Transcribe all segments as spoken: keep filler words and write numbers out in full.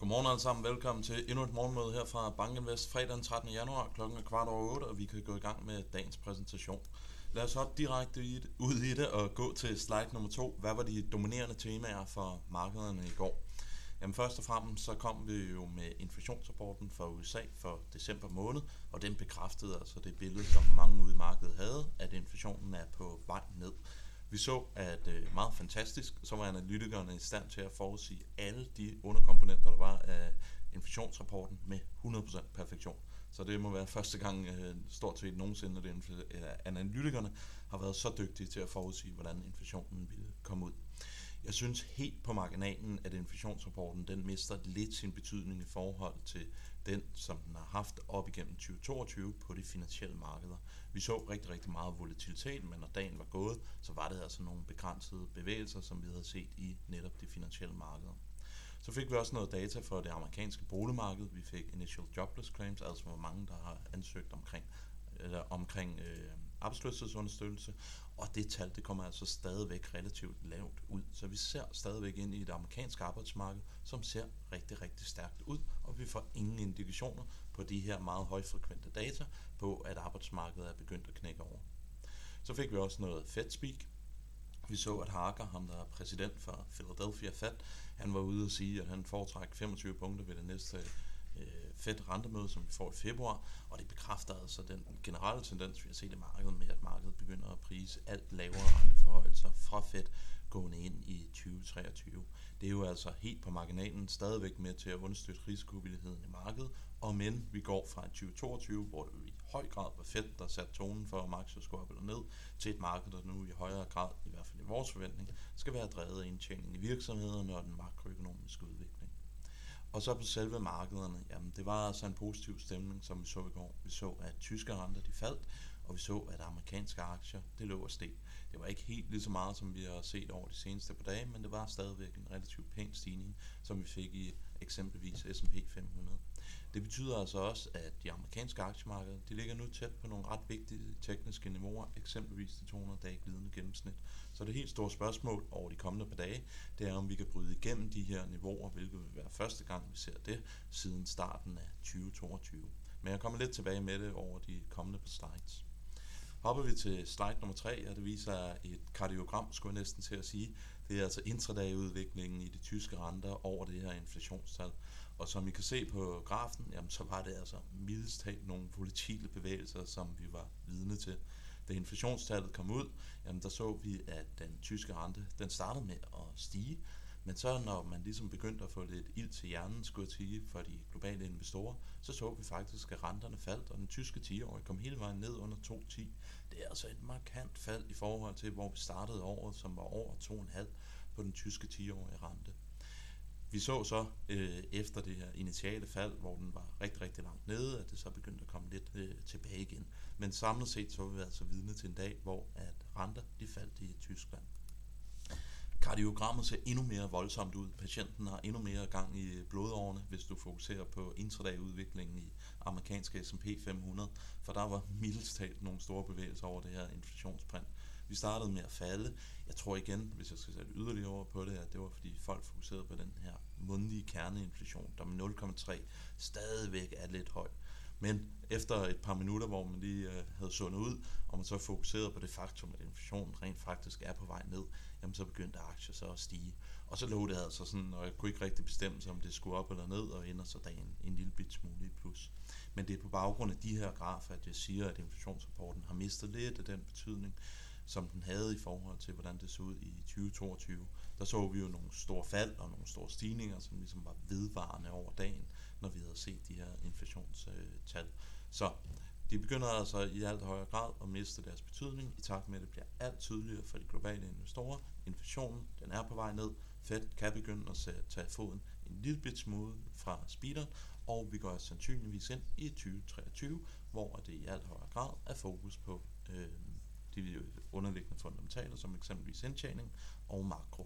Godmorgen alle sammen, velkommen til endnu et morgenmøde her fra BankInvest fredag den trettende januar, klokken er kvart over otte, og vi kan gå i gang med dagens præsentation. Lad os hoppe direkte i det, ud i det og gå til slide nummer to. Hvad var de dominerende temaer for markederne i går? Jamen først og fremmest så kom vi jo med inflationsrapporten for U S A for december måned, og den bekræftede altså det billede, som mange ude i markedet havde, at inflationen er på vej ned. Vi så, at øh, meget fantastisk, så var analytikerne i stand til at forudsige alle de underkomponenter, der var af inflationsrapporten med hundrede procent perfektion. Så det må være første gang øh, stort set nogensinde, at infl- øh, analytikerne har været så dygtige til at forudsige, hvordan inflationen ville komme ud. Jeg synes helt på marginalen, at inflationsrapporten den mister lidt sin betydning i forhold til den, som den har haft op igennem tyve toogtyve på de finansielle markeder. Vi så rigtig, rigtig meget volatilitet, men når dagen var gået, så var det altså nogle begrænsede bevægelser, som vi havde set i netop de finansielle markeder. Så fik vi også noget data for det amerikanske boligmarked. Vi fik initial jobless claims, altså hvor mange, der har ansøgt omkring, eller omkring øh, arbejdsløshedsunderstøttelse, og det tal, det kommer altså stadigvæk relativt lavt ud. Så vi ser stadigvæk ind i det amerikanske arbejdsmarked, som ser rigtig, rigtig stærkt ud, og vi får ingen indikationer på de her meget højfrekvente data på, at arbejdsmarkedet er begyndt at knække over. Så fik vi også noget Fed speak. Vi så, at Harker, ham der er præsident for Philadelphia Fed, han var ude og sige, at han foretrækker femogtyve punkter ved det næste øh, Fed-rentemøde, som vi får i februar, og det bekræfter altså den generelle tendens, vi har set i markedet med, at markedet begynder at prise alt lavere renteforhøjelser fra Fed gående ind i tyve treogtyve. Det er jo altså helt på marginalen stadigvæk med til at understøtte risikovilligheden i markedet, og men vi går fra tyve toogtyve, hvor det i høj grad var Fed, der satte tonen for, om aktier skulle op eller ned, til et marked, der nu i højere grad, i hvert fald i vores forventning, skal være drevet af indtjening i virksomhederne og den makroøkonomiske udvikling. Og så på selve markederne, jamen det var altså en positiv stemning, som vi så i går. Vi så, at tyske renter de faldt, og vi så, at amerikanske aktier, det lå og steg. Det var ikke helt lige så meget, som vi har set over de seneste par dage, men det var stadigvæk en relativt pæn stigning, som vi fik i eksempelvis S and P fem hundrede. Det betyder altså også, at de amerikanske aktiemarkeder, de ligger nu tæt på nogle ret vigtige tekniske niveauer, eksempelvis de to hundrede dage glidende gennemsnit. Så det helt store spørgsmål over de kommende par dage, det er, om vi kan bryde igennem de her niveauer, hvilket vil være første gang, vi ser det, siden starten af tyve toogtyve. Men jeg kommer lidt tilbage med det over de kommende par slides. Hopper vi til slide nummer tre, og det viser et kardiogram, skulle jeg næsten til at sige. Det er altså intraday-udviklingen i de tyske renter over det her inflationstal. Og som I kan se på grafen, jamen, så var det altså mildest talt nogle volatile bevægelser, som vi var vidne til. Da inflationstallet kom ud, jamen, der så vi, at den tyske rente den startede med at stige. Men så når man ligesom begyndte at få lidt ild til hjernen, skulle jeg sige, for de globale investorer, så så vi faktisk, at renterne faldt, og den tyske ti-årige kom hele vejen ned under to komma ti. Det er altså et markant fald i forhold til, hvor vi startede året, som var over to komma fem på den tyske ti-årige rente. Vi så så øh, efter det her initiale fald, hvor den var rigtig, rigtig langt nede, at det så begyndte at komme lidt øh, tilbage igen. Men samlet set så var vi altså vidne til en dag, hvor at renter de faldt i Tyskland. Kardiogrammet ser endnu mere voldsomt ud. Patienten har endnu mere gang i blodårene, hvis du fokuserer på intraday-udviklingen i amerikanske S and P fem hundrede, for der var mildest talt nogle store bevægelser over det her inflationsprint. Vi startede med at falde. Jeg tror igen, hvis jeg skal sætte yderligere over på det, at det var fordi folk fokuserede på den her månedlige kerneinflation, der med nul komma tre stadigvæk er lidt høj. Men efter et par minutter, hvor man lige øh, havde sundet ud, og man så fokuserede på det faktum, at inflationen rent faktisk er på vej ned, jamen så begyndte aktier så at stige. Og så lå det altså sådan, og jeg kunne ikke rigtig bestemme sig, om det skulle op eller ned, og ender så dagen en lille bit smule i plus. Men det er på baggrund af de her grafer, at jeg siger, at inflationsrapporten har mistet lidt af den betydning, som den havde i forhold til, hvordan det så ud i tyve toogtyve. Der så vi jo nogle store fald og nogle store stigninger, som ligesom var vedvarende over dagen, når vi havde set de her inflationstal. Så de begynder altså i alt højere grad at miste deres betydning, i takt med, at det bliver alt tydeligere for de globale investorer. Inflationen, den er på vej ned. Fed kan begynde at tage foden en lille bit smule fra speederen, og vi går sandsynligvis ind i tyve treogtyve, hvor det i alt højere grad er fokus på øh, de underliggende fundamentaler, som eksempelvis indtjening og makro.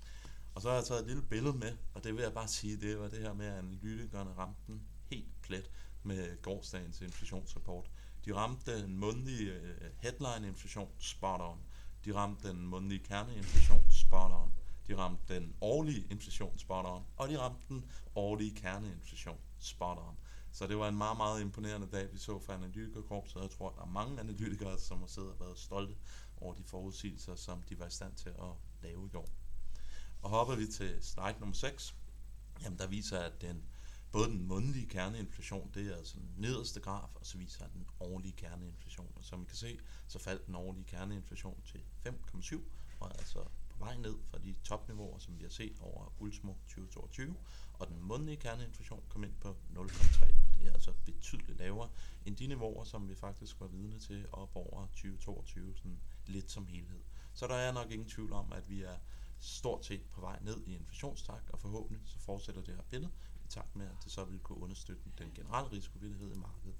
Og så har jeg taget et lille billede med, og det vil jeg bare sige, det var det her med, at analytikerne ramte den helt plet med gårsdagens inflationsrapport. De ramte den månedlige headline-inflation spot on. De ramte den månedlige kerneinflation spot on. de ramte den årlige inflation spot on, og de ramte den årlige kerneinflation spot on. Så det var en meget, meget imponerende dag, vi så fra analytikerkorpset, og jeg tror, at der er mange analytikere, som har siddet og været stolte over de forudsigelser, som de var i stand til at lave i går. Og hopper vi til slide nummer seks, jamen der viser, at den, både den månedlige kerneinflation, det er altså den nederste graf, og så viser den årlige kerneinflation. Og som I kan se, så faldt den årlige kerneinflation til fem komma syv, og er altså på vej ned fra de topniveauer, som vi har set over Ultimo tyve toogtyve, og den månedlige kerneinflation kom ind på nul komma tre, og det er altså betydeligt lavere end de niveauer, som vi faktisk var vidne til op over tyve toogtyve, sådan lidt som helhed. Så der er nok ingen tvivl om, at vi er stort set på vej ned i inflationstakt, og forhåbentlig så fortsætter det her billede i takt med, at det så vil kunne understøtte den generelle risikovillighed i markedet.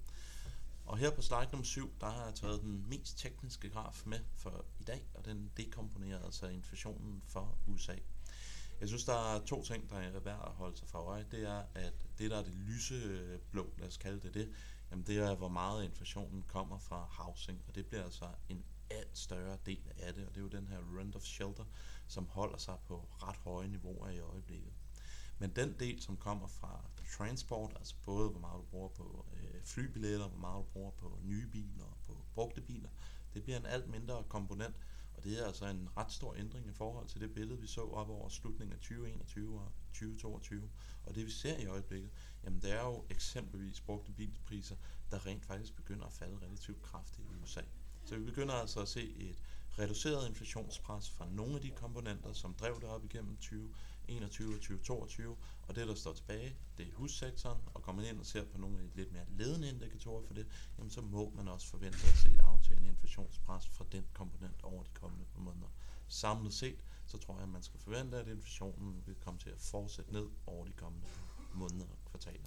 Og her på slide nummer syv, der har jeg taget den mest tekniske graf med for i dag, og den dekomponerer altså inflationen for U S A. Jeg synes, der er to ting, der er værd at holde sig for øje. Det er, at det, der er det lyseblå, lad os kalde det det, jamen det er, hvor meget inflationen kommer fra housing, og det bliver altså en alt større del af det, og det er jo den her rent of shelter, som holder sig på ret høje niveauer i øjeblikket. Men den del, som kommer fra transport, altså både hvor meget du bruger på øh, flybilletter, hvor meget du bruger på nye biler og på brugte biler, det bliver en alt mindre komponent, og det er altså en ret stor ændring i forhold til det billede, vi så op over slutningen af tyve enogtyve og tyve toogtyve. Og det vi ser i øjeblikket, jamen det er jo eksempelvis brugte bilpriser, der rent faktisk begynder at falde relativt kraftigt i U S A. Så vi begynder altså at se et reduceret inflationspres fra nogle af de komponenter, som drev det op igennem tyve enogtyve og tyve toogtyve, og det der står tilbage, det er hussektoren, og kommer man ind og ser på nogle af de lidt mere ledende indikatorer for det, jamen så må man også forvente at se et aftagende inflationspres fra den komponent over de kommende måneder. Samlet set, så tror jeg, at man skal forvente, at inflationen vil komme til at fortsætte ned over de kommende måneder og kvartaler.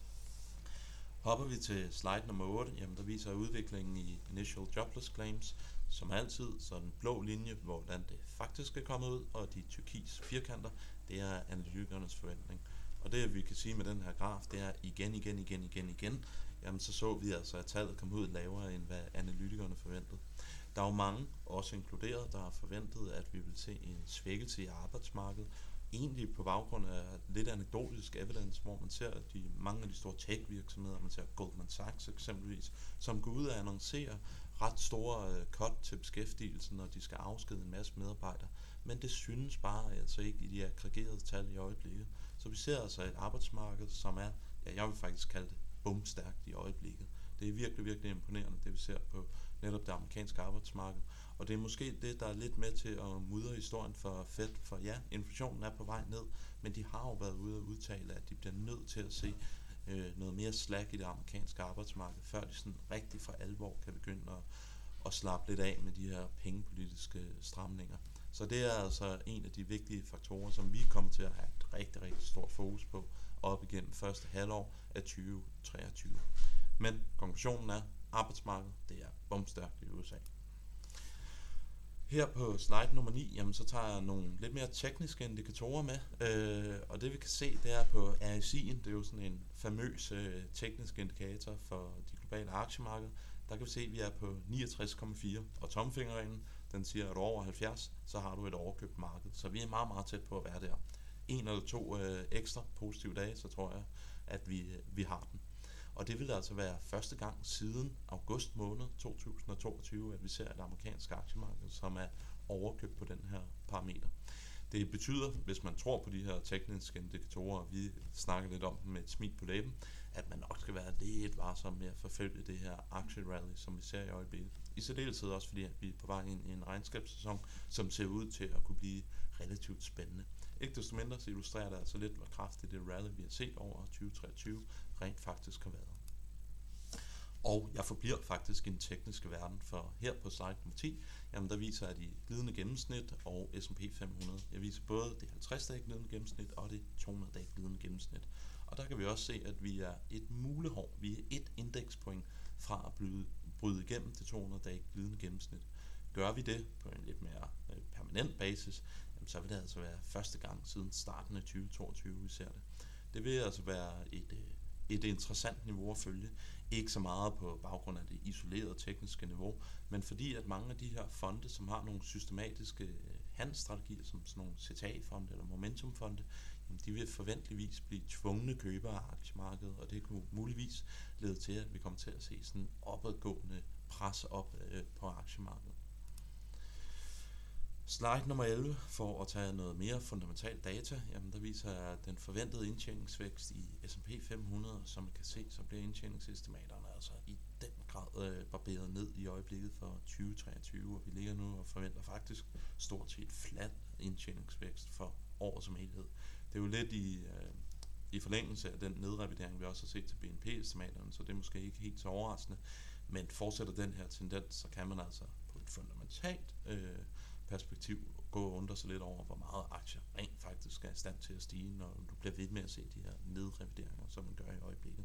Hopper vi til slide nummer otte, jamen der viser udviklingen i Initial Jobless Claims. Som altid, så den blå linje, hvordan det faktisk er kommet ud, og de turkis firkanter, det er analytikernes forventning. Og det vi kan sige med den her graf, det er igen, igen, igen, igen, igen, jamen så så vi altså, at tallet kom ud lavere, end hvad analytikerne forventede. Der er jo mange, også inkluderet, der har forventet, at vi vil se en svækkelse i arbejdsmarkedet, egentlig på baggrund af lidt anekdotisk evidence, hvor man ser, at de, mange af de store tech-virksomheder, man ser Goldman Sachs eksempelvis, som går ud og annoncerer ret store uh, cut til beskæftigelsen, når de skal afskede en masse medarbejdere. Men det synes bare altså ikke i de aggregerede tal i øjeblikket. Så vi ser altså et arbejdsmarked, som er, ja, jeg vil faktisk kalde det bumstærkt i øjeblikket. Det er virkelig, virkelig imponerende, det vi ser på netop det amerikanske arbejdsmarked. Og det er måske det, der er lidt med til at mudre historien for Fed, for ja, inflationen er på vej ned, men de har jo været ude og udtale, at de bliver nødt til at se øh, noget mere slack i det amerikanske arbejdsmarked, før de sådan rigtig for alvor kan begynde at, at slappe lidt af med de her pengepolitiske stramninger. Så det er altså en af de vigtige faktorer, som vi kommer til at have et rigtig, rigtig stort fokus på op igennem første halvår af tyve treogtyve. Men konklusionen er, arbejdsmarkedet det er bumstærkt i U S A. Her på slide nummer ni, jamen, så tager jeg nogle lidt mere tekniske indikatorer med, øh, og det vi kan se, det er på R S I'en, det er jo sådan en famøs øh, teknisk indikator for de globale aktiemarkeder. Der kan vi se, at vi er på niogtres komma fire, og tommelfingerreglen, den siger, at du er over halvfjerds, så har du et overkøbt marked. Så vi er meget, meget tæt på at være der. En eller to øh, ekstra positive dage, så tror jeg, at vi, øh, vi har den. Og det vil altså være første gang siden august måned to tusind toogtyve, at vi ser et amerikansk aktiemarked, som er overkøbt på den her parameter. Det betyder, hvis man tror på de her tekniske indikatorer, og vi snakker lidt om dem med et smil på læben, at man nok skal være lidt varsom med at forfølge det her aktierally, som vi ser i øjeblikket. I særdeleshed også fordi, at vi er på vej ind i en regnskabssæson, som ser ud til at kunne blive relativt spændende. Ikke desto mindre så illustrerer det altså lidt, hvor kraftigt det rally, vi har set over tyve treogtyve, rent faktisk har været. Og jeg forbliver faktisk i den tekniske verden, for her på slide nummer ti, jamen der viser jeg de glidende gennemsnit og S and P fem hundrede. Jeg viser både det halvtreds dage glidende gennemsnit og det to hundrede dage glidende gennemsnit. Og der kan vi også se, at vi er et mulehår, vi er et indekspoint fra at bryde, bryde igennem det to hundrede dage glidende gennemsnit. Gør vi det på en lidt mere øh, permanent basis, jamen, så vil det altså være første gang siden starten af tyve toogtyve, vi ser det. Det vil altså være et, øh, et interessant niveau at følge. Ikke så meget på baggrund af det isolerede tekniske niveau, men fordi at mange af de her fonde, som har nogle systematiske handelsstrategier, som sådan nogle C T A-fonde eller momentumfonde, jamen de vil forventeligvis blive tvungne købere af aktiemarkedet, og det kunne muligvis lede til, at vi kommer til at se sådan opadgående pres op øh, på aktiemarkedet. Slide nummer elleve, for at tage noget mere fundamentalt data, jamen der viser at den forventede indtjeningsvækst i S and P fem hundrede, som man kan se, så bliver indtjeningsestimaterne altså i den grad øh, barberet ned i øjeblikket for tyve treogtyve, og vi ligger nu og forventer faktisk stort set flat indtjeningsvækst for året som helhed. Det er jo lidt i, øh, i forlængelse af den nedrevidering, vi også har set til B N P-estimaterne, så det er måske ikke helt så overraskende, men fortsætter den her tendens, så kan man altså på et fundamentalt øh, perspektiv gå og undre sig lidt over, hvor meget aktier rent faktisk er i stand til at stige, når du bliver ved med at se de her nedrevideringer, som man gør i øjeblikket.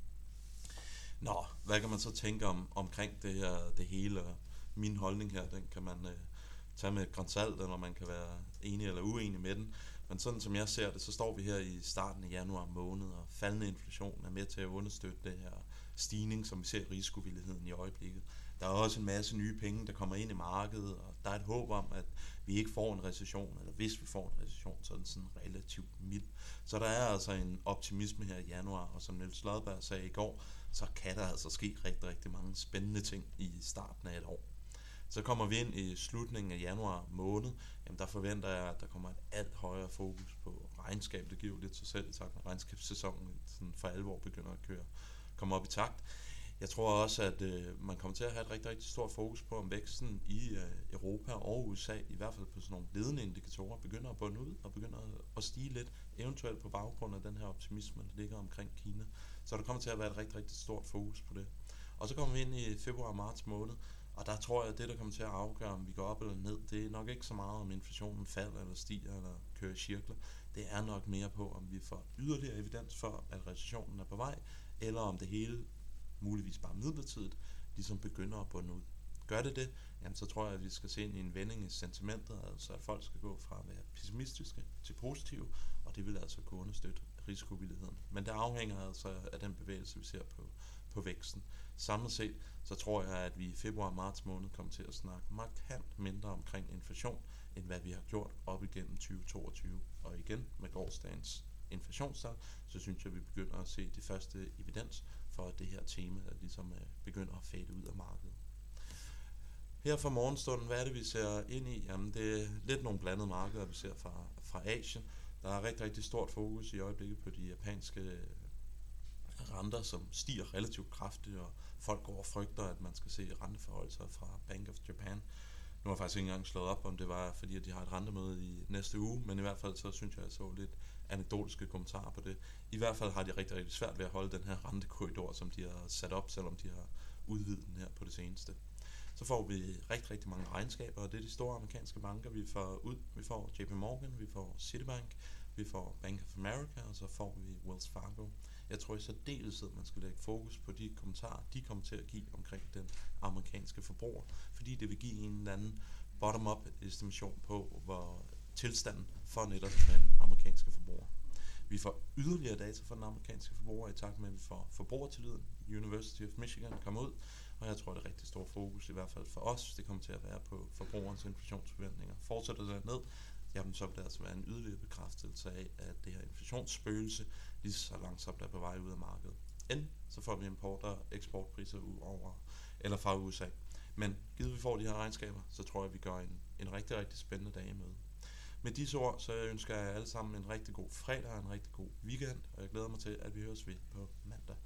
Nå, hvad kan man så tænke om omkring det her, det hele? Min holdning her, den kan man øh, tage med et gran salt, eller man kan være enig eller uenig med den. Men sådan som jeg ser det, så står vi her i starten af januar måned, og faldende inflation er med til at understøtte det her stigning, som vi ser i risikovilligheden i øjeblikket. Der er også en masse nye penge, der kommer ind i markedet, og der er et håb om, at vi ikke får en recession, eller hvis vi får en recession, så er den sådan relativt mild. Så der er altså en optimisme her i januar, og som Niels Lodberg sagde i går, så kan der altså ske rigtig, rigtig mange spændende ting i starten af et år. Så kommer vi ind i slutningen af januar måned, jamen der forventer jeg, at der kommer et alt højere fokus på regnskab. Det giver lidt sig selv i takt med regnskabssæsonen sådan for alvor begynder at køre, komme op i takt. Jeg tror også, at øh, man kommer til at have et rigtig, rigtig stort fokus på, om væksten i øh, Europa og U S A, i hvert fald på sådan nogle ledende indikatorer, begynder at bunde ud og begynder at stige lidt, eventuelt på baggrund af den her optimisme, der ligger omkring Kina. Så der kommer til at være et rigtig, rigtig stort fokus på det. Og så kommer vi ind i februar og marts måned, og der tror jeg, at det, der kommer til at afgøre, om vi går op eller ned, det er nok ikke så meget, om inflationen falder eller stiger eller kører i cirkler. Det er nok mere på, om vi får yderligere evidens for, at recessionen er på vej, eller om det hele muligvis bare midlertidigt, ligesom begynder at bunde ud. Gør det det, jamen så tror jeg, at vi skal se ind i en vending i sentimentet, altså at folk skal gå fra at være pessimistiske til positive, og det vil altså kunne understøtte risikovilligheden. Men det afhænger altså af den bevægelse, vi ser på, på væksten. Samlet set, så tror jeg, at vi i februar og marts måned kommer til at snakke markant mindre omkring inflation, end hvad vi har gjort op igennem tyve toogtyve. Og igen, med gårsdagens inflationstal, så synes jeg, at vi begynder at se de første evidens for at det her tema, der ligesom begynder at fade ud af markedet. Her fra morgenstunden, hvad er det, vi ser ind i? Jamen, det er lidt nogle blandede markeder, vi ser fra, fra Asien. Der er rigtig, rigtig stort fokus i øjeblikket på de japanske renter, som stiger relativt kraftigt, og folk går og frygter, at man skal se renteforholdelser fra Bank of Japan. Nu har jeg faktisk ikke engang slået op, om det var, fordi at de har et rentemøde i næste uge, men i hvert fald så synes jeg, at jeg så lidt anekdotiske kommentarer på det. I hvert fald har de rigtig, rigtig svært ved at holde den her rentekorridor, som de har sat op, selvom de har udvidet den her på det seneste. Så får vi rigtig, rigtig mange regnskaber, og det er de store amerikanske banker, vi får ud. Vi får J P Morgan, vi får Citibank, vi får Bank of America, og så får vi Wells Fargo. Jeg tror i særdeleshed, man skal lægge fokus på de kommentarer, de kommer til at give omkring den amerikanske forbruger, fordi det vil give en eller anden bottom-up estimation på, hvor tilstanden for netop den amerikanske forbruger. Vi får yderligere data fra den amerikanske forbruger i takt med, at vi får forbrugertilliden. University of Michigan kommer ud, og jeg tror, det er rigtig stor fokus, i hvert fald for os. Det kommer til at være på forbrugerens inflationsforventninger. Fortsætter det ned, jamen så vil det altså være en yderligere bekræftelse af, at det her inflationsspøgelse lige så langsomt er på vej ud af markedet. End så får vi import- og eksportpriser ud over, eller fra U S A. Men givet vi får de her regnskaber, så tror jeg, at vi gør en, en rigtig, rigtig spændende dag med. Med disse ord, så ønsker jeg alle sammen en rigtig god fredag og en rigtig god weekend, og jeg glæder mig til, at vi høres ved på mandag.